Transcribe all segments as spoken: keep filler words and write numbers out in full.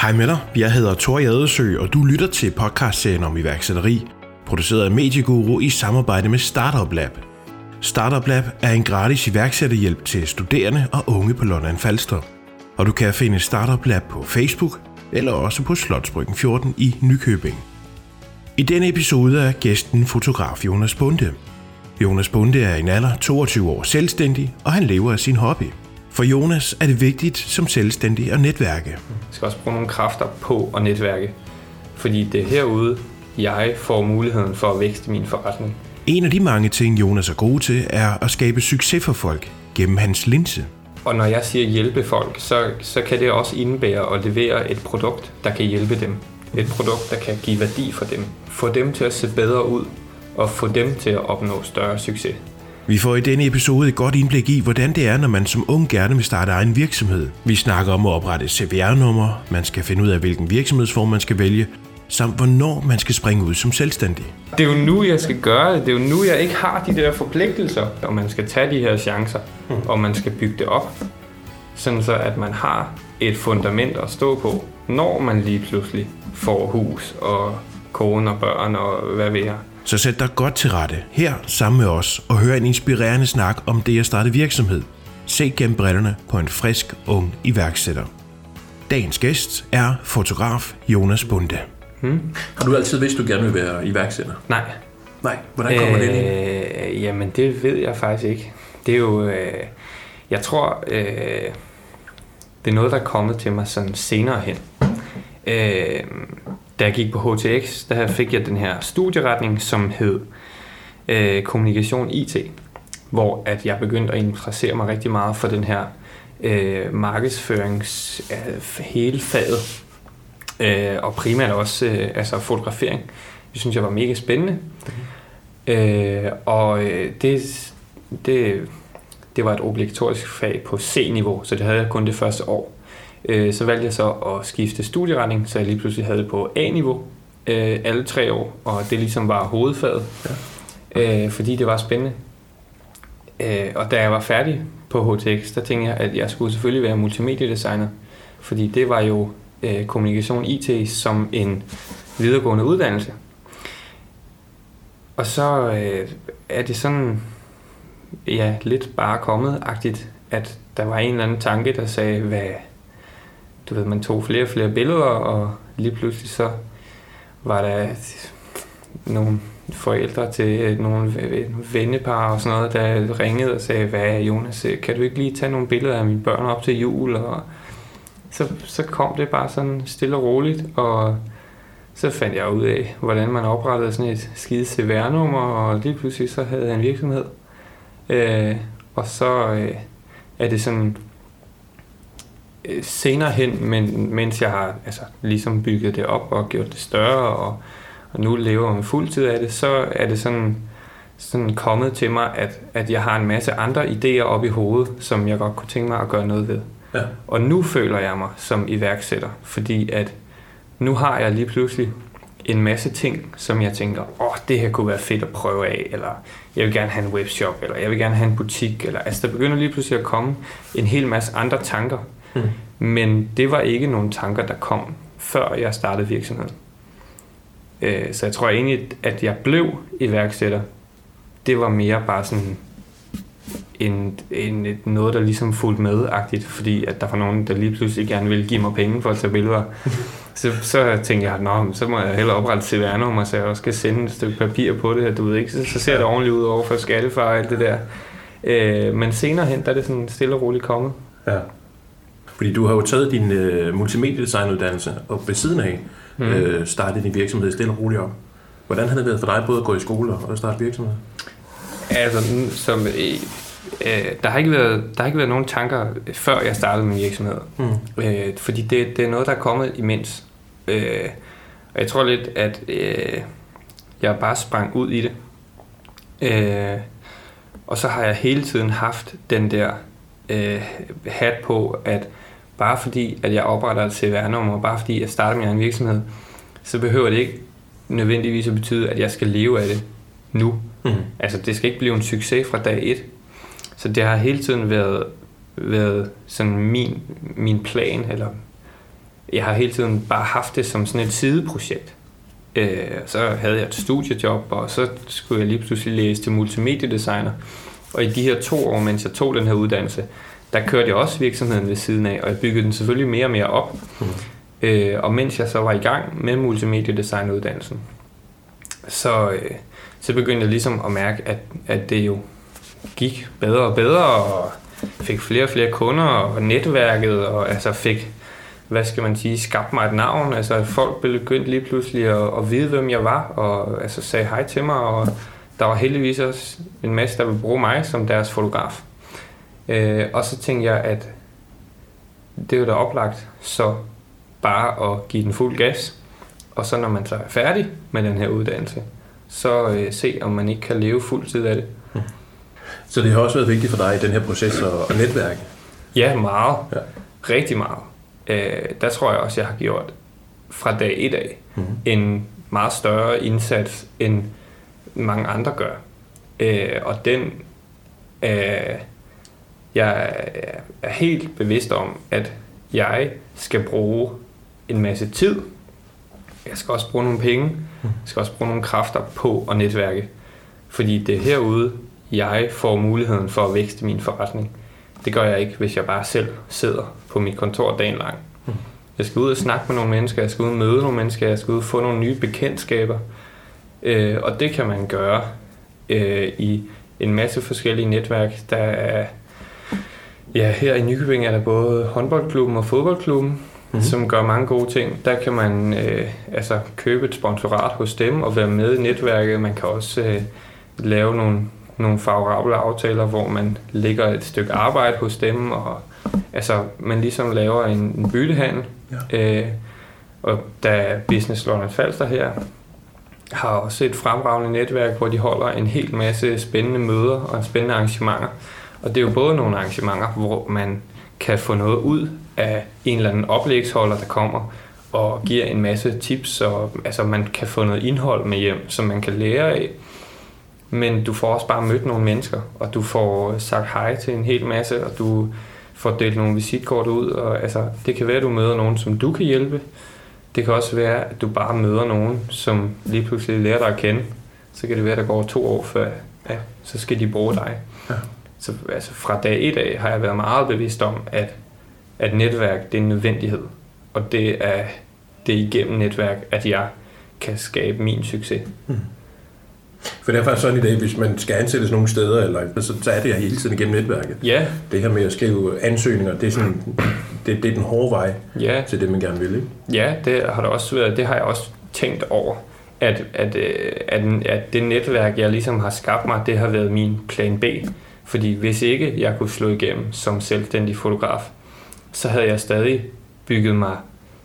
Hej med dig, jeg hedder Thor Jadesø, og du lytter til podcastserien om iværksætteri, produceret af Medieguru i samarbejde med Startup Lab. Startup Lab er en gratis iværksætterhjælp til studerende og unge på Lolland Falster. Og du kan finde Startup Lab på Facebook eller også på Slotsbryggen fjorten i Nykøbing. I denne episode er gæsten fotograf Jonas Bonde. Jonas Bonde er i en alder toogtyve år selvstændig, og han lever af sin hobby. For Jonas er det vigtigt som selvstændig at netværke. Jeg skal også bruge nogle kræfter på at netværke, fordi det er herude, jeg får muligheden for at vækste min forretning. En af de mange ting, Jonas er god til, er at skabe succes for folk gennem hans linse. Og når jeg siger hjælpe folk, så, så kan det også indebære at levere et produkt, der kan hjælpe dem. Et produkt, der kan give værdi for dem. Få dem til at se bedre ud, og få dem til at opnå større succes. Vi får i denne episode et godt indblik i, hvordan det er, når man som ung gerne vil starte egen virksomhed. Vi snakker om at oprette et C V R-nummer, man skal finde ud af, hvilken virksomhedsform man skal vælge, samt hvornår man skal springe ud som selvstændig. Det er jo nu, jeg skal gøre det. Det er jo nu, jeg ikke har de der forpligtelser. Og man skal tage de her chancer, mm. og man skal bygge det op, sådan så at man har et fundament at stå på, når man lige pludselig får hus og kone og børn og hvad ved jeg. Så sæt dig godt til rette her sammen med os og hør en inspirerende snak om det at starte virksomhed. Se gennem brillerne på en frisk, ung iværksætter. Dagens gæst er fotograf Jonas Bonde. Hmm. Har du altid vidst, du gerne vil være iværksætter? Nej. Nej, hvordan kommer øh, det ind? Jamen, det ved jeg faktisk ikke. Det er jo, øh, jeg tror, øh, det er noget, der er kommet til mig sådan senere hen. Øh, Da jeg gik på H T X, der fik jeg den her studieretning, som hed øh, kommunikation I T, hvor at jeg begyndte at interessere mig rigtig meget for den her øh, markedsførings øh, hele faget, øh, og primært også øh, altså fotografering. Det synes jeg var mega spændende, mm. øh, og øh, det, det, det var et obligatorisk fag på C-niveau, så det havde jeg kun det første år. Så valgte jeg så at skifte studieretning, så jeg lige pludselig havde det på A-niveau øh, alle tre år, og det ligesom var hovedfaget, ja. øh, fordi det var spændende. Øh, og da jeg var færdig på H T X, der tænkte jeg, at jeg skulle selvfølgelig være multimediedesigner, fordi det var jo øh, kommunikation I T som en videregående uddannelse. Og så øh, er det sådan, ja, lidt bare kommet-agtigt, at der var en eller anden tanke, der sagde, hvad... Du ved, man tog flere og flere billeder, og lige pludselig så var der nogle forældre til nogle vennepar og sådan noget, der ringede og sagde, hvad Jonas, kan du ikke lige tage nogle billeder af mine børn op til jul? Og så, så kom det bare sådan stille og roligt, og så fandt jeg ud af, hvordan man oprettede sådan et skide C V R-nummer, og lige pludselig så havde jeg en virksomhed. Øh, og så øh, er det sådan... senere hen, men mens jeg har altså, ligesom bygget det op og gjort det større, og, og nu lever jeg med fuldtid af det, så er det sådan, sådan kommet til mig, at, at jeg har en masse andre idéer op i hovedet, som jeg godt kunne tænke mig at gøre noget ved. Ja. Og nu føler jeg mig som iværksætter, fordi at nu har jeg lige pludselig en masse ting, som jeg tænker, åh, oh, det her kunne være fedt at prøve af, eller jeg vil gerne have en webshop, eller jeg vil gerne have en butik, eller altså der begynder lige pludselig at komme en hel masse andre tanker. Hmm. Men det var ikke nogle tanker, der kom, før jeg startede virksomheden. Øh, så jeg tror egentlig, at jeg blev iværksætter. Det var mere bare sådan en, en, noget, der ligesom fulgte med-agtigt, fordi at der var nogen, der lige pludselig gerne ville give mig penge for at tage billeder. så, så tænkte jeg, nå, så må jeg hellere oprette C V R-nummer, så jeg også skal sende et stykke papir på det her, du ved ikke. Så, så ser det ordentligt ud over for skattefar og alt det der. Øh, men senere hen, der er det sådan stille og roligt kommet. Ja. Fordi du har jo taget din øh, multimediedesignуddannelse og ved siden af mm. øh, startet din virksomhed stille og roligt op. Hvordan har det været for dig både at gå i skole og at starte virksomhed? Altså, som, øh, der, har ikke været, der har ikke været nogen tanker, før jeg startede min virksomhed. Mm. Øh, fordi det, det er noget, der er kommet imens. Øh, og jeg tror lidt, at øh, jeg bare sprang ud i det. Øh, og så har jeg hele tiden haft den der øh, hat på, at bare fordi, at jeg opretter et C V R-nummer, bare fordi jeg starter min egen virksomhed, så behøver det ikke nødvendigvis at betyde, at jeg skal leve af det nu. Mm. Altså, det skal ikke blive en succes fra dag et. Så det har hele tiden været, været sådan min, min plan, eller jeg har hele tiden bare haft det som sådan et sideprojekt. Øh, så havde jeg et studiejob, og så skulle jeg lige pludselig læse til multimediedesigner. Og i de her to år, mens jeg tog den her uddannelse, der kørte jeg også virksomheden ved siden af, og jeg byggede den selvfølgelig mere og mere op. Mm. Øh, og mens jeg så var i gang med multimediedesigneruddannelsen, så, øh, så begyndte jeg ligesom at mærke, at, at det jo gik bedre og bedre, og fik flere og flere kunder, og netværket, og altså fik, hvad skal man sige, skabt mig et navn. Altså folk begyndte lige pludselig at, at vide, hvem jeg var, og altså sagde hej til mig, og der var heldigvis også en masse, der ville bruge mig som deres fotograf. Øh, og så tænkte jeg, at det var da oplagt, så bare at give den fuld gas, og så når man så er færdig med den her uddannelse, så øh, se, om man ikke kan leve fuld tid af det. Mm. Så det har også været vigtigt for dig i den her proces og netværke? Ja, meget. Ja. Rigtig meget. Øh, der tror jeg også, jeg har gjort fra dag et af mm. en meget større indsats, end mange andre gør. Øh, og den øh, jeg er helt bevidst om, at jeg skal bruge en masse tid. Jeg skal også bruge nogle penge. Jeg skal også bruge nogle kræfter på at netværke. Fordi det er herude, jeg får muligheden for at vækste min forretning. Det gør jeg ikke, hvis jeg bare selv sidder på mit kontor dagen lang. Jeg skal ud og snakke med nogle mennesker, jeg skal ud og møde nogle mennesker, jeg skal ud og få nogle nye bekendtskaber. Øh, og det kan man gøre øh, i en masse forskellige netværk. Der er, ja, her i Nykøbing er der både håndboldklubben og fodboldklubben, mm-hmm. som gør mange gode ting. Der kan man øh, altså købe et sponsorat hos dem og være med i netværket. Man kan også øh, lave nogle, nogle favorable aftaler, hvor man lægger et stykke arbejde hos dem, og altså man ligesom laver en, en byttehandel. Ja. Øh, og da Business Lolland Falster her har også et fremragende netværk, hvor de holder en hel masse spændende møder og spændende arrangementer. Og det er jo både nogle arrangementer, hvor man kan få noget ud af en eller anden oplægsholder, der kommer og giver en masse tips, og altså man kan få noget indhold med hjem, som man kan lære af. Men du får også bare mødt nogle mennesker, og du får sagt hej til en hel masse, og du får delt nogle visitkort ud, og altså det kan være, at du møder nogen, som du kan hjælpe. Det kan også være, at du bare møder nogen, som lige pludselig lærer dig at kende. Så kan det være, at der går to år før, ja, så skal de bruge dig. Ja. Så altså, fra dag et af har jeg været meget bevidst om, at, at netværk det er en nødvendighed. Og det er, det er igennem netværk, at jeg kan skabe min succes. Hmm. For det er faktisk sådan i dag, hvis man skal ansættes nogle steder, eller, så, så er det her hele tiden igennem netværket. Ja. Det her med at skrive ansøgninger, det er, sådan, det, det er den hårde vej ja. til det, man gerne vil, ikke? Ja, det har, der også været, det har jeg også tænkt over. At, at, at, at det netværk, jeg ligesom har skabt mig, det har været min plan B. Fordi hvis ikke jeg kunne slå igennem som selvstændig fotograf, så havde jeg stadig bygget mig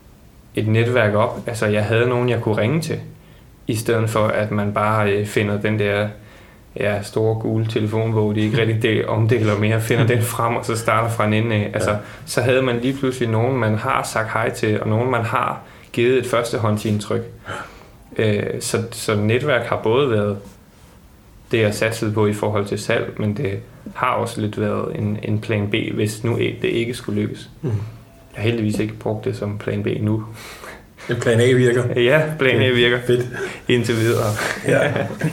et netværk op. Altså jeg havde nogen, jeg kunne ringe til, i stedet for at man bare finder den der ja, store gule telefonbog, de ikke rigtig del, omdeler mere, finder den frem og så starter fra en ende af. Altså, ja. Så havde man lige pludselig nogen, man har sagt hej til, og nogen, man har givet et førstehåndsindtryk. Øh, så, så netværk har både været det, jeg satsede på i forhold til salg, men det har også lidt været en, en plan B, hvis nu det ikke skulle lykkes. Mm. Jeg har heldigvis ikke brugt det som plan B nu. Plan A virker? Ja, plan A virker. Fedt. Indtil videre. Ja.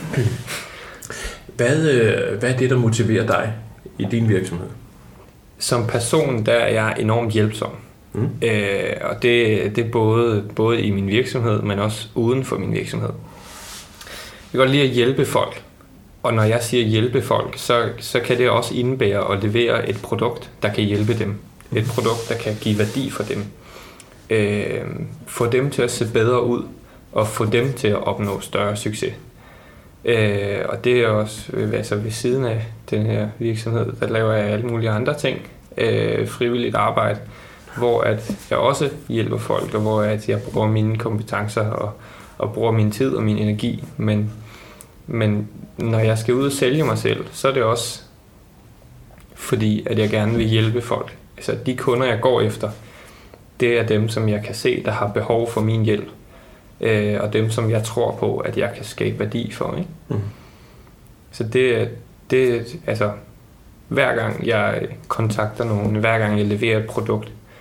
Hvad, hvad er det, der motiverer dig i din virksomhed? Som person, der er jeg enormt hjælpsom. Mm. Øh, og det, det er både, både i min virksomhed, men også uden for min virksomhed. Jeg kan godt lide at hjælpe folk. Og når jeg siger hjælpe folk, så, så kan det også indebære at levere et produkt, der kan hjælpe dem. Et produkt, der kan give værdi for dem. Øh, få dem til at se bedre ud, og få dem til at opnå større succes. Øh, og det er også altså ved siden af den her virksomhed, der laver jeg alle mulige andre ting, øh, frivilligt arbejde, hvor at jeg også hjælper folk, og hvor at jeg bruger mine kompetencer og, og bruger min tid og min energi. Men, men når jeg skal ud og sælge mig selv, så er det også fordi, at jeg gerne vil hjælpe folk. Altså de kunder, jeg går efter, det er dem, som jeg kan se, der har behov for min hjælp. Øh, og dem, som jeg tror på, at jeg kan skabe værdi for. Ikke? Mm. Så det, det altså, hver gang jeg kontakter nogen, hver gang jeg leverer et produkt,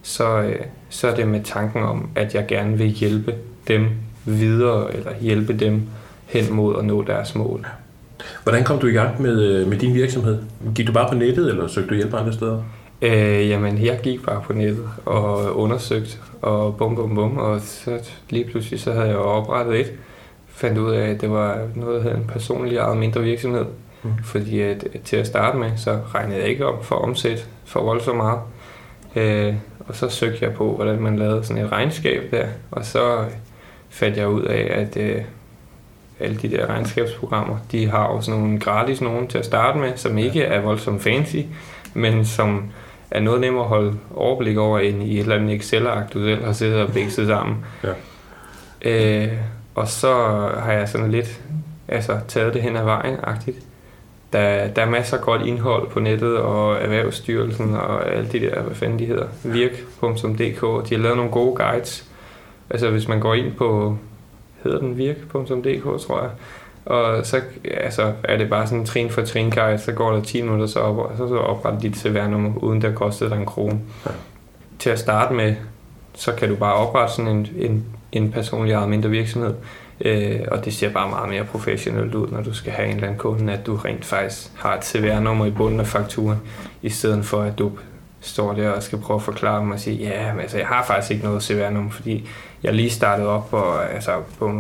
så, øh, så er det med tanken om, at jeg gerne vil hjælpe dem videre, eller hjælpe dem hen mod at nå deres mål. Hvordan kom du i gang med, med din virksomhed? Gik du bare på nettet, eller søgte du hjælp andre steder? Øh, jamen, jeg gik bare på nettet og undersøgte, og bum, bum, bum, og så lige pludselig så havde jeg oprettet et. Fandt ud af, at det var noget, der hed en personlig ejet mindre virksomhed. Mm. Fordi at, til at starte med, så regnede jeg ikke op for at omsætte for voldsomt meget. Øh, og så søgte jeg på, hvordan man lavede sådan et regnskab der, og så fandt jeg ud af, at øh, alle de der regnskabsprogrammer, de har jo sådan nogle gratis nogen til at starte med, som ikke er voldsomt fancy, men som er noget nemmere at holde overblik over end i et eller andet Excel-ark, du selv har siddet og bækset sammen. Ja. Øh, og så har jeg sådan lidt altså, taget det hen ad vejen-agtigt. Der, der er masser af godt indhold på nettet, og Erhvervsstyrelsen og alle de der, hvad fanden de hedder, virk punktum d k. De har lavet nogle gode guides. Altså hvis man går ind på, hedder den virk punktum d k, tror jeg, og så altså, er det bare sådan en trin for trin guide, så går der ti minutter, så, op, og så, så opretter de et C V R-nummer, uden der kostede dig en krone. Ja. Til at starte med, så kan du bare oprette sådan en, en, en personlig ejet mindre virksomhed, øh, og det ser bare meget mere professionelt ud, når du skal have en eller anden kunde, at du rent faktisk har et C V R-nummer i bunden af fakturen, i stedet for at du står der og skal prøve at forklare dem og sige, ja, men altså, jeg har faktisk ikke noget C V R-nummer, fordi jeg lige startede op og, altså, på,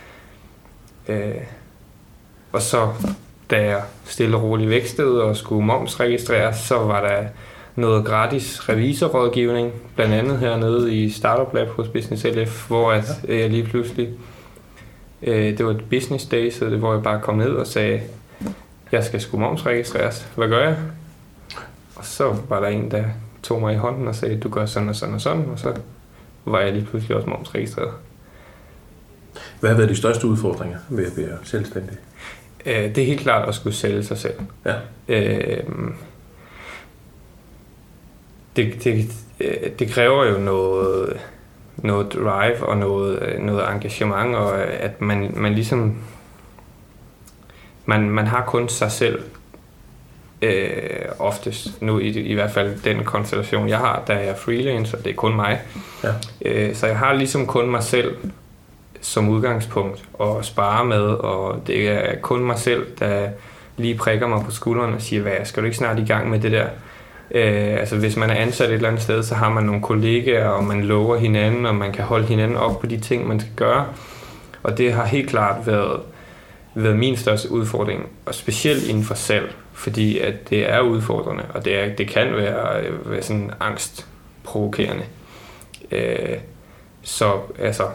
øh, og så da jeg stille og roligt vækstede og skulle momsregistreres, så var der noget gratis revisorrådgivning, blandt andet hernede i Startup Lab hos Business L F, hvor at, øh, jeg lige pludselig, øh, det var et business day, så det, hvor jeg bare kom ned og sagde, jeg skal sgu momsregistreres, hvad gør jeg? Og så var der en, der tog mig i hånden og sagde, du gør sådan og sådan og sådan, og så var jeg lige pludselig også momsregistreret. Hvad har været de største udfordringer ved at være selvstændig? Det er helt klart at skulle sælge sig selv. Ja. Øh, det, det, det kræver jo noget, noget drive og noget, noget engagement, og at man, man ligesom man, man har kun sig selv øh, oftest, nu i, i hvert fald den konstellation jeg har, da jeg er freelancer, det er kun mig. Ja. Øh, så jeg har ligesom kun mig selv som udgangspunkt og spare med, og det er kun mig selv, der lige prikker mig på skulderen og siger, hvad, skal du ikke snart i gang med det der? Øh, altså hvis man er ansat et eller andet sted, så har man nogle kollegaer, og man lover hinanden, og man kan holde hinanden op på de ting, man skal gøre. Og det har helt klart været, været min største udfordring, og specielt inden for salg, fordi at det er udfordrende, og det, er, det kan være, være sådan angstprovokerende. Øh, så altså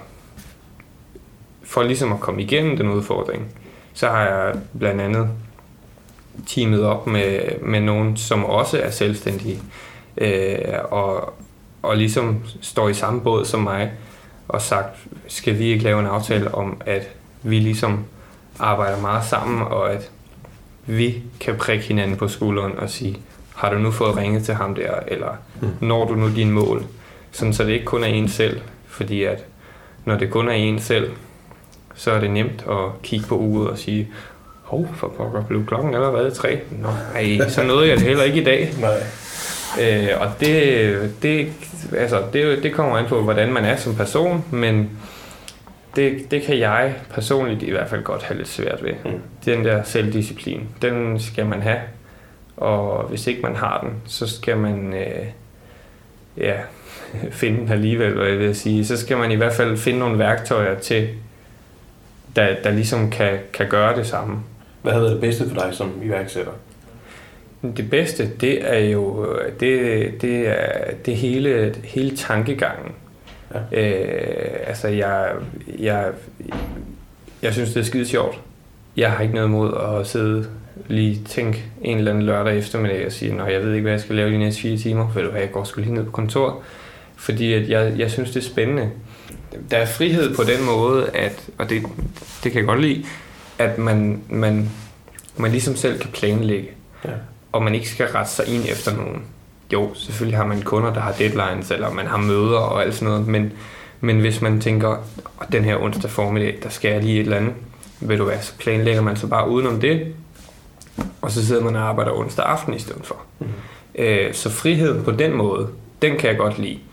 for ligesom at komme igennem den udfordring, så har jeg blandt andet teamet op med, med nogen, som også er selvstændige, øh, og, og ligesom står i samme båd som mig, og sagt, skal vi ikke lave en aftale om, at vi ligesom arbejder meget sammen, og at vi kan prikke hinanden på skulderen og sige, har du nu fået ringet til ham der, eller mm. når du nu dine mål? Sådan, så det ikke kun er en selv, fordi at når det kun er en selv, så er det nemt at kigge på uret og sige, hov, for pokker, blev klokken allerede tre? Nå, ej, så nåede jeg det heller ikke i dag. Nej. Øh, og det, det, altså, det, det kommer an på, hvordan man er som person, men det, det kan jeg personligt i hvert fald godt have lidt svært ved. Mm. Den der selvdisciplin, den skal man have, og hvis ikke man har den, så skal man øh, ja, finde den alligevel, hvad jeg vil sige. Så skal man i hvert fald finde nogle værktøjer til, der, der ligesom kan, kan gøre det samme. Hvad har været det bedste for dig som iværksætter? Det bedste, det er jo det, det er det hele, hele tankegangen. Ja. Øh, altså, jeg, jeg, jeg synes, det er skide sjovt. Jeg har ikke noget imod at sidde lige tænke en eller anden lørdag eftermiddag og sige, nej, jeg ved ikke, hvad jeg skal lave de næste fire timer, for jeg går sgu lige ned på kontoret. Fordi at jeg, jeg synes, det er spændende. Der er frihed på den måde, at, og det, det kan jeg godt lide, at man, man, man ligesom selv kan planlægge, ja. Og man ikke skal rette sig ind efter nogen. Jo, selvfølgelig har man kunder, der har deadlines, eller man har møder og alt sådan noget, men, men hvis man tænker, den her onsdag formiddag, der skal jeg lige et eller andet, ved du hvad, så planlægger man så bare udenom det, og så sidder man og arbejder onsdag aften i stedet for. Mm. Øh, så friheden på den måde Den kan jeg godt lide.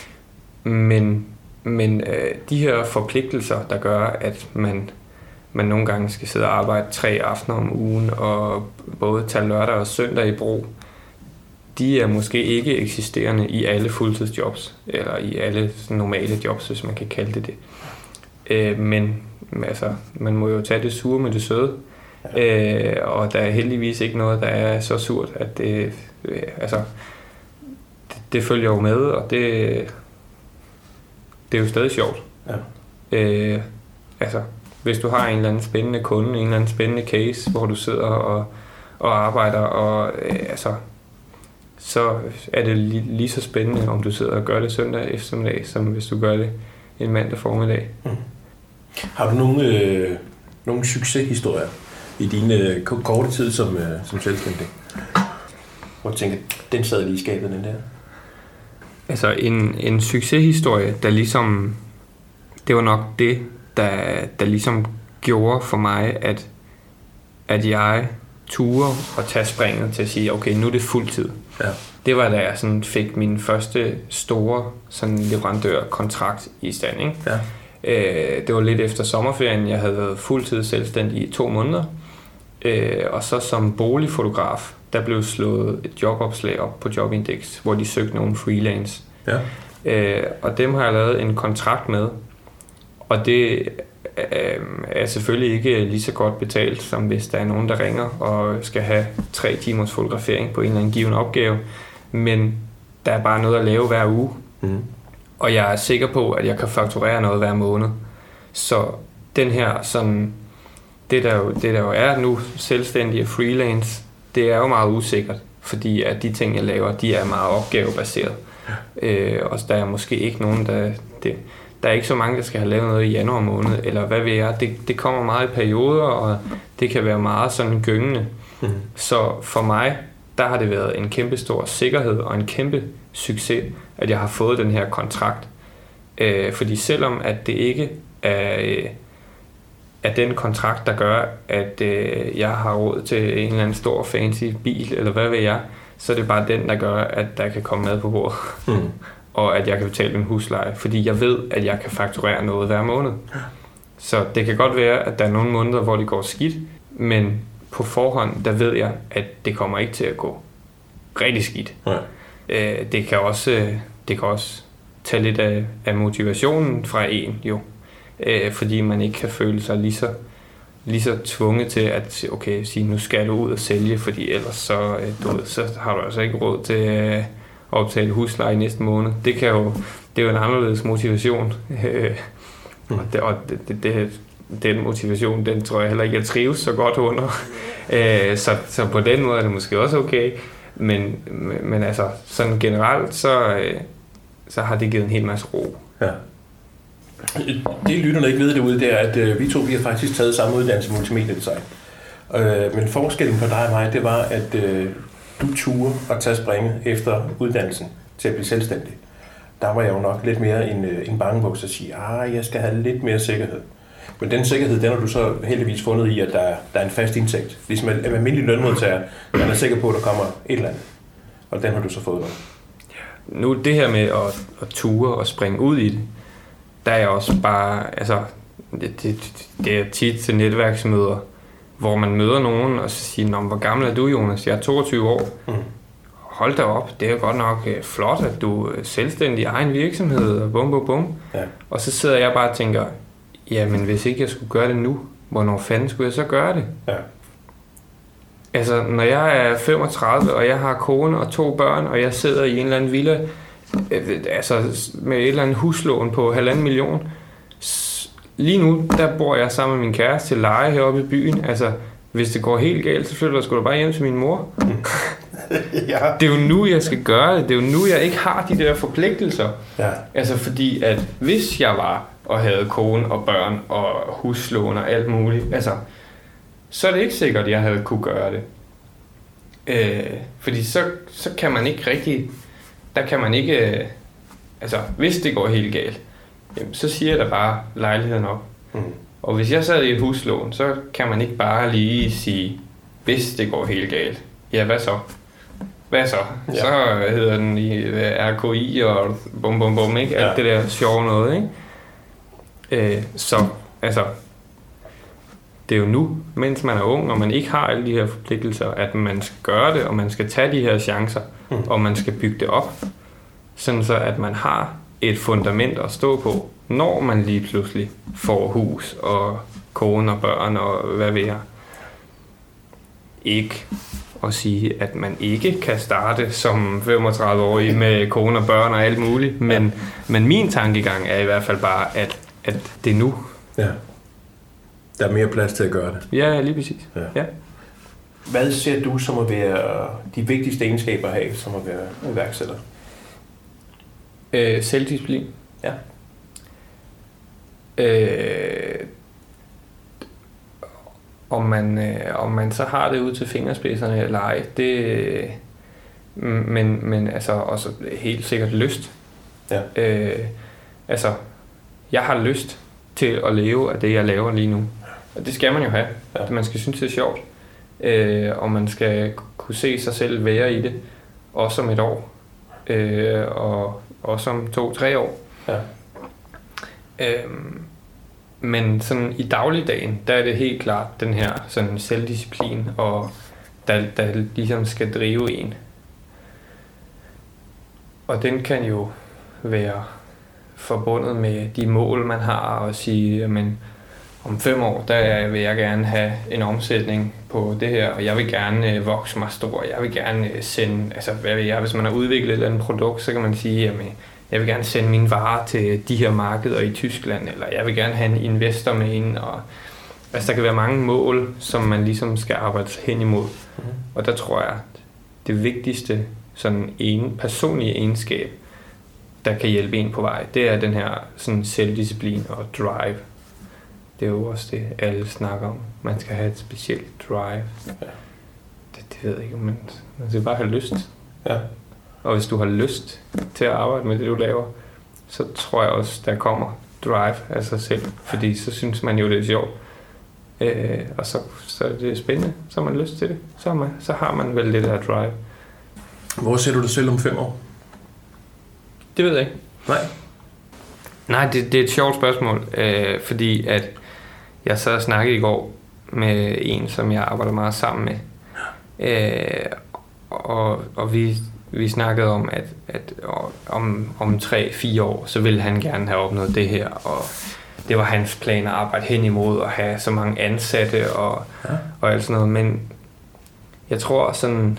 Men, men øh, de her forpligtelser, der gør, at man, man nogle gange skal sidde og arbejde tre aftener om ugen, og både tage lørdag og søndag i brug, de er måske ikke eksisterende i alle fuldtidsjobs, eller i alle normale jobs, hvis man kan kalde det det. Øh, men altså, man må jo tage det sure med det søde, øh, og der er heldigvis ikke noget, der er så surt, at det, øh, altså, det, det følger jo med, og det, det er jo stadig sjovt. Ja. Øh, altså, hvis du har en eller anden spændende kunde, en eller anden spændende case, hvor du sidder og, og arbejder, og øh, altså, så er det lige, lige så spændende, om du sidder og gør det søndag eftermiddag, som hvis du gør det en mandag formiddag. Mm. Har du nogle, øh, nogle succeshistorier i din øh, korte tid som, øh, som selvstændig? Hvor du tænker, den sad lige i skabet, den der? Altså en, en succeshistorie, der ligesom, det var nok det, der, der ligesom gjorde for mig, at, at jeg turde at tage springet til at sige, okay, nu er det fuldtid. Ja. Det var da jeg sådan fik min første store sådan leverandørkontrakt i stand, ikke? Ja. Øh, det var lidt efter sommerferien, jeg havde været fuldtid selvstændig i to måneder. Øh, og så som boligfotograf, der blev slået et jobopslag op på Jobindex, hvor de søgte nogle freelance. Ja. Øh, og dem har jeg lavet en kontrakt med. Og det øh, er selvfølgelig ikke lige så godt betalt, som hvis der er nogen, der ringer og skal have tre timers fotografering på en eller anden given opgave. Men der er bare noget at lave hver uge. Mm. Og jeg er sikker på, at jeg kan fakturere noget hver måned. Så den her sådan, det der jo, det der jo er nu, selvstændig og freelance, det er jo meget usikkert. Fordi at de ting, jeg laver, de er meget opgavebaseret. Ja. Øh, og der er måske ikke nogen, der... Det, der er ikke så mange, der skal have lavet noget i januar måned, eller hvad ved jeg. Det, det kommer meget i perioder, og det kan være meget sådan gyngende. Mm. Så for mig, der har det været en kæmpe stor sikkerhed og en kæmpe succes, at jeg har fået den her kontrakt. Øh, fordi selvom at det ikke er, øh, er den kontrakt, der gør, at øh, jeg har råd til en eller anden stor fancy bil, eller hvad ved jeg, så er det bare den, der gør, at der kan komme mad på bordet. Mm. Og at jeg kan betale en husleje, fordi jeg ved, at jeg kan fakturere noget hver måned. Så det kan godt være, at der er nogle måneder, hvor det går skidt, men på forhånd, der ved jeg, at det kommer ikke til at gå rigtig skidt. Ja. Det kan også, det kan også tage lidt af, af motivationen fra en, jo. Fordi man ikke kan føle sig lige så, lige så tvunget til at okay, sige, nu skal du ud og sælge, fordi ellers så, du ved, så har du altså ikke råd til at optale husleje i næste måned. Det kan jo, det er jo en anderledes motivation. Mm. og, det, og det, det, det, den motivation, den tror jeg heller ikke, jeg trives så godt under. så, så på den måde er det måske også okay. Men, men altså, sådan generelt, så, så har det givet en hel masse ro. Ja. Det lytterne ikke ved derude, det er, at øh, vi to vi har faktisk taget samme uddannelse i multimediedesign. Øh, men forskellen på dig og mig, det var, at øh, du turde at tage springet efter uddannelsen til at blive selvstændig. Der var jeg jo nok lidt mere en, en bangebuks at sige, at jeg skal have lidt mere sikkerhed. Men den sikkerhed, den har du så heldigvis fundet i, at der, der er en fast indtægt. Ligesom en almindelig lønmodtager, man er sikker på, at der kommer et eller andet. Og den har du så fået nu. Nu det her med at, at ture og springe ud i det, der er jeg også bare, altså, det, det, det er tit til netværksmøder, hvor man møder nogen og så siger, hvor gammel er du, Jonas? Jeg er toogtyve år. Mm. Hold da op, det er jo godt nok flot, at du er selvstændig i egen virksomhed, og bum, bum, bum. Ja. Og så sidder jeg bare og tænker, jamen hvis ikke jeg skulle gøre det nu, hvornår fanden skulle jeg så gøre det? Ja. Altså, når jeg er femogtredive, og jeg har kone og to børn, og jeg sidder i en eller anden villa, altså med et eller andet huslån på halvanden million. Lige nu, der bor jeg sammen med min kæreste til leje heroppe i byen. Altså, hvis det går helt galt, så flytter jeg sgu da bare hjem til min mor. Ja. Det er jo nu, jeg skal gøre det. Det er jo nu, jeg ikke har de der forpligtelser. Ja. Altså, fordi at hvis jeg var og havde kone og børn og huslån og alt muligt, altså, så er det ikke sikkert, at jeg havde kunne gøre det. Øh, fordi så, så kan man ikke rigtig... Der kan man ikke... Altså, hvis det går helt galt, jamen, så siger jeg da bare lejligheden op. Mm. Og hvis jeg sad i et huslån, så kan man ikke bare lige sige, hvis det går helt galt. Ja, hvad så? hvad så? Ja. Så hedder den i R K I og bum bum bum, ikke? Alt ja. Det der sjove noget, ikke? Øh, så, altså, det er jo nu, mens man er ung, og man ikke har alle de her forpligtelser, at man skal gøre det, og man skal tage de her chancer, mm. og man skal bygge det op, sådan så at man har et fundament at stå på, når man lige pludselig får hus og kone og børn og hvad ved jeg. Ikke at sige, at man ikke kan starte som femogtredive-årig med kone og børn og alt muligt, men, ja. men min tankegang er i hvert fald bare, at, at det er nu. Ja. Der er mere plads til at gøre det. Ja, lige præcis. Ja. Ja. Hvad ser du som at være de vigtigste egenskaber at have, som at være iværksætter? Øh, selvdisciplin. Ja. Øh, om, man, øh, om man så har det ud til fingerspidserne eller ej, det, men, men altså også helt sikkert lyst. Ja. Øh, altså, jeg har lyst til at leve af det, jeg laver lige nu. Og det skal man jo have. Ja. Man skal synes, det er sjovt. Øh, og man skal kunne se sig selv være i det. Også om et år. Øh, og også om to-tre år. Ja. Øh, men sådan i dagligdagen, der er det helt klart den her sådan selvdisciplin, og der, der ligesom skal drive en. Og den kan jo være forbundet med de mål, man har, og sige, men om fem år, der vil jeg gerne have en omsætning på det her, og jeg vil gerne øh, vokse mig stor, jeg vil gerne øh, sende, altså hvad vil jeg, hvis man har udviklet et eller andet produkt, så kan man sige, jamen, jeg vil gerne sende mine varer til de her markeder i Tyskland, eller jeg vil gerne have en investor med ind, og altså der kan være mange mål, som man ligesom skal arbejde hen imod. Mm-hmm. Og der tror jeg, at det vigtigste sådan en personlige egenskab, der kan hjælpe en på vej, det er den her sådan selvdisciplin og drive. Det er jo også det, alle snakker om. Man skal have et specielt drive. Ja. Det, det ved jeg ikke, men man skal bare have lyst. Ja. Og hvis du har lyst til at arbejde med det, du laver, så tror jeg også, der kommer drive af sig selv. Fordi så synes man jo, det er sjovt. Øh, og så, så er det spændende. Så har man lyst til det. Så har man, så har man vel det der drive. Hvor ser du dig selv om fem år? Det ved jeg ikke. Nej. Nej, det, det er et sjovt spørgsmål, øh, fordi at jeg sad og snakkede i går med en, som jeg arbejder meget sammen med, øh, og, og vi, vi snakkede om, at, at om, om tre, fire år, så ville han gerne have opnået det her, og det var hans plan at arbejde hen imod, at have så mange ansatte og, ja. og alt sådan noget, men jeg tror sådan,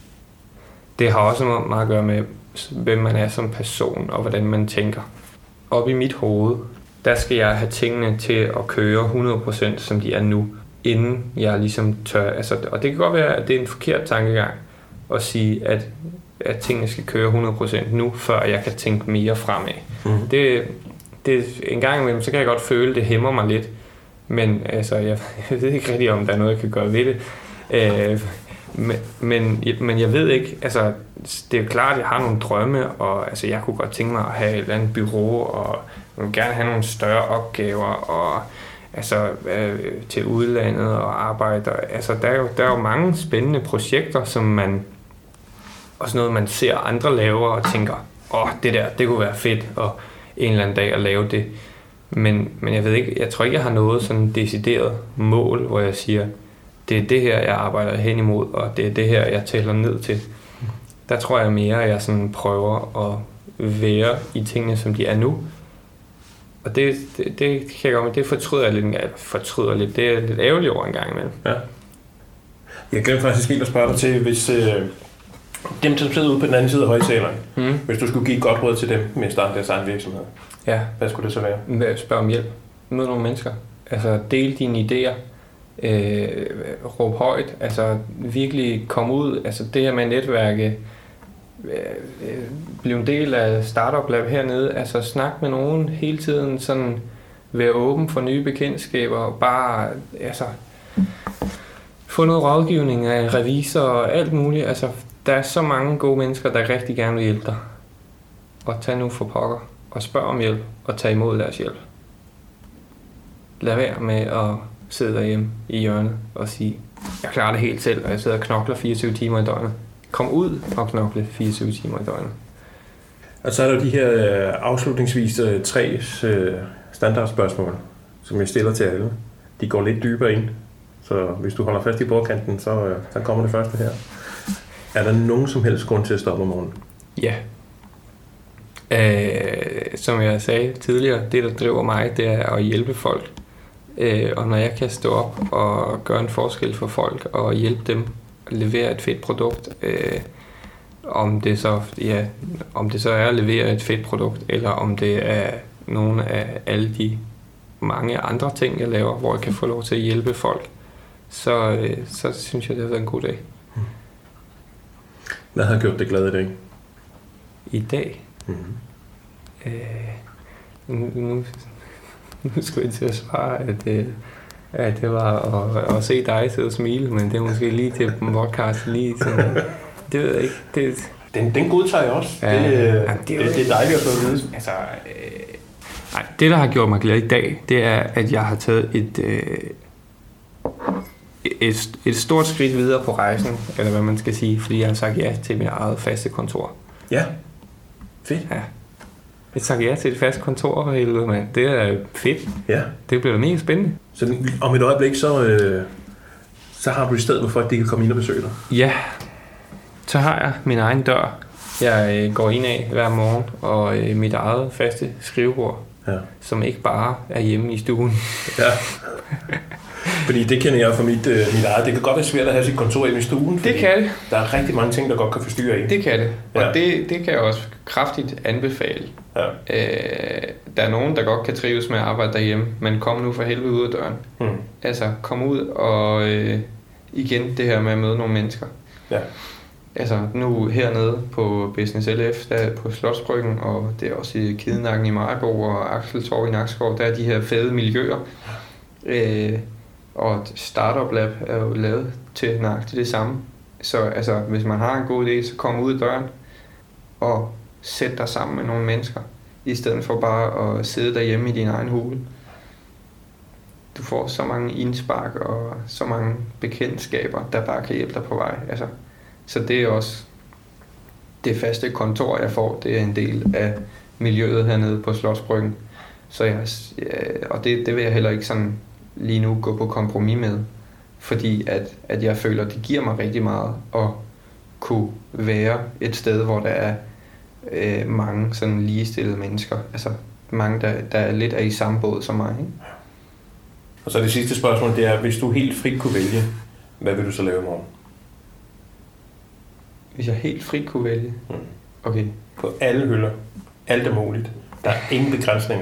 det har også meget at gøre med, hvem man er som person, og hvordan man tænker. Op i mit hoved, der skal jeg have tingene til at køre hundrede procent, som de er nu, inden jeg ligesom tør. Altså, og det kan godt være, at det er en forkert tankegang at sige, at, at tingene skal køre hundrede procent nu, før jeg kan tænke mere fremad. Mm-hmm. Det, det, en gang imellem, så kan jeg godt føle, at det hæmmer mig lidt, men altså, jeg, jeg ved ikke rigtig, om der er noget, jeg kan gøre ved det. Øh, men, men, men jeg ved ikke, altså, det er klart, at jeg har nogle drømme, og altså, jeg kunne godt tænke mig at have et eller andet bureau, og jeg vil gerne have nogle større opgaver, og altså, øh, til udlandet og arbejde. Og, altså, der er, jo, der er jo mange spændende projekter, som man, også noget, man ser andre lave, og tænker, åh, oh, det der, det kunne være fedt, og en eller anden dag at lave det. Men, men jeg ved ikke, jeg tror ikke, jeg har noget sådan decideret mål, hvor jeg siger, det er det her, jeg arbejder hen imod, og det er det her, jeg tæller ned til. Der tror jeg mere, at jeg sådan prøver at være i tingene, som de er nu. Og det, det, det kan jeg godt, det fortryder jeg lidt, jeg fortryder lidt, det er lidt ærgerligt over en gang imellem. Ja. Jeg glemte faktisk helt at spørge dig til, hvis øh, dem, som sidder ude på den anden side af højtaleren, mm. hvis du skulle give et godt råd til dem med at starte deres egen virksomhed, ja. Hvad skulle det så være? Spørg om hjælp. Mød nogle mennesker. Altså, del dine idéer. Øh, råb højt, altså virkelig komme ud, altså det her med netværket, øh, øh, blive en del af Startup Lab hernede, altså snak med nogen hele tiden, sådan være åben for nye bekendtskaber, bare altså få noget rådgivning af revisor og alt muligt, altså der er så mange gode mennesker, der rigtig gerne vil hjælpe dig, og tag nu for pokker og spørg om hjælp og tag imod deres hjælp. Lad være med at sidde derhjemme i hjørnet og sige, jeg klarer det helt selv, og jeg sidder og knokler fireogtyve timer i døgnet. komme ud og knokle fireogtyve timer i døgnet. Og så er der de her øh, afslutningsvis øh, tre øh, standardspørgsmål, som jeg stiller til alle. De går lidt dybere ind, så hvis du holder fast i bordkanten, så, øh, så kommer det første her. Er der nogen som helst grund til at stoppe om morgenen? Ja. Øh, som jeg sagde tidligere, det der driver mig, det er at hjælpe folk. Øh, og når jeg kan stå op og gøre en forskel for folk og hjælpe dem at levere et fedt produkt, øh, om det så ja, om det så er at levere et fedt produkt, eller om det er nogle af alle de mange andre ting, jeg laver, hvor jeg kan få lov til at hjælpe folk, så, øh, så synes jeg, det har været en god dag. Hvad har gjort dig glad i dag? I dag? Mm-hmm. Øh, nu, nu, nu skulle jeg til at svare, at, øh, at det var at, at se dig sidde og smile, men det er måske lige til podcast, lige sådan, det ved jeg ikke. Det, den, den godtager jeg også. Ja, det, ja, det, det, det er dejligt at få at vide. Altså, øh, nej, det, der har gjort mig glad i dag, det er, at jeg har taget et, øh, et, et stort skridt videre på rejsen, eller hvad man skal sige, fordi jeg har sagt ja til mit eget faste kontor. Ja, fedt. Ja. Jeg sagt ja til et fast kontor for helvede, mand. Det er fedt. Ja. Det bliver da mega spændende. Så om et øjeblik, så, øh, så har du et sted, hvor folk de kan komme ind og besøge dig? Ja. Så har jeg min egen dør. Jeg øh, går ind af hver morgen, og øh, mit eget faste skrivebord, ja. Som ikke bare er hjemme i stuen. Ja. Fordi det kender jeg fra mit, øh, mit eget. Det kan godt være svært at have sit kontor hjemme i stuen. Det kan det. Der er rigtig mange ting, der godt kan forstyrre en. Det kan det. Og ja. det, det kan jeg også kraftigt anbefale. Ja. Øh, der er nogen, der godt kan trives med at arbejde derhjemme, men kom nu for helvede ud af døren. Hmm. Altså, kom ud og øh, igen det her med at møde nogle mennesker. Ja. Altså, nu hernede på Business L F, der på Slotsbryggen, og det er også i Kidenakken i Maribo og Axeltorv i Nakskov, der er de her fede miljøer. Øh, og Startup Lab er jo lavet til nøjagtigt det samme. Så altså, hvis man har en god idé, så kom ud af døren og sæt dig sammen med nogle mennesker, i stedet for bare at sidde derhjemme i din egen hule. Du får så mange indspark og så mange bekendtskaber, der bare kan hjælpe dig på vej. Altså, så det er også det faste kontor, jeg får. Det er en del af miljøet hernede på Slotsbryggen. Så jeg, og det, det vil jeg heller ikke sådan lige nu gå på kompromis med, fordi at, at jeg føler, at det giver mig rigtig meget at kunne være et sted, hvor der er øh, mange sådan ligestillede mennesker, altså mange, der, der er lidt af i samme båd som mig. Ikke? Og så det sidste spørgsmål, det er, hvis du helt frit kunne vælge, hvad vil du så lave i morgen? Hvis jeg helt frit kunne vælge? Mm. Okay. På alle hylder. Alt er muligt. Der er ingen begrænsninger.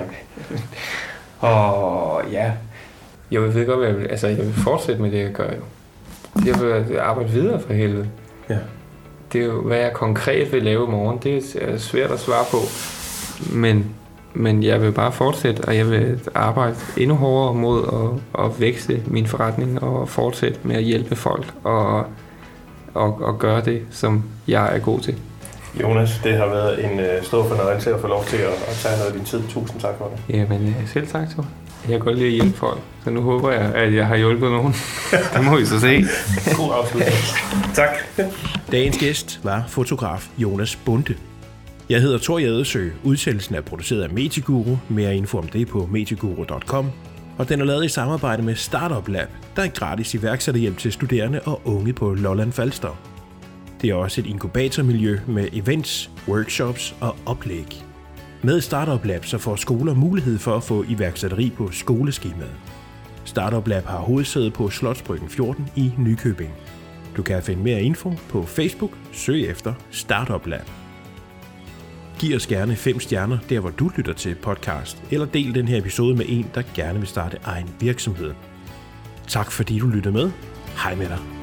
Og ja, jeg ved godt, hvad jeg vil, altså jeg vil fortsætte med det, jeg gør jo. Jeg vil arbejde videre for helvede. Ja. Det er jo, hvad jeg konkret vil lave i morgen, det er svært at svare på. Men, men jeg vil bare fortsætte, og jeg vil arbejde endnu hårdere mod at, at vækste min forretning og fortsætte med at hjælpe folk og, og, og gøre det, som jeg er god til. Jonas, det har været en uh, stor fornøjelse at få lov til at, at tage noget af din tid. Tusind tak for det. Jamen, selv tak, Thor. Jeg kan godt lide at hjælpe folk, så nu håber jeg, at jeg har hjulpet nogen. Det må vi så se. God afslutning. Tak. Dagens gæst var fotograf Jonas Bonde. Jeg hedder Thor Jadesø. Udsendelsen er produceret af Medieguru. Mere info om det på medieguru punktum com. Og den er lavet i samarbejde med Startup Lab, der er gratis iværksætterhjælp til studerende og unge på Lolland Falster. Det er også et inkubatormiljø med events, workshops og oplæg. Med Startup Lab så får skoler mulighed for at få iværksætteri på skoleskemaet. Startup Lab har hovedsæde på Slotsbryggen fjorten i Nykøbing. Du kan finde mere info på Facebook. Søg efter Startup Lab. Giv os gerne fem stjerner der, hvor du lytter til podcast, eller del den her episode med en, der gerne vil starte egen virksomhed. Tak fordi du lyttede med. Hej med dig.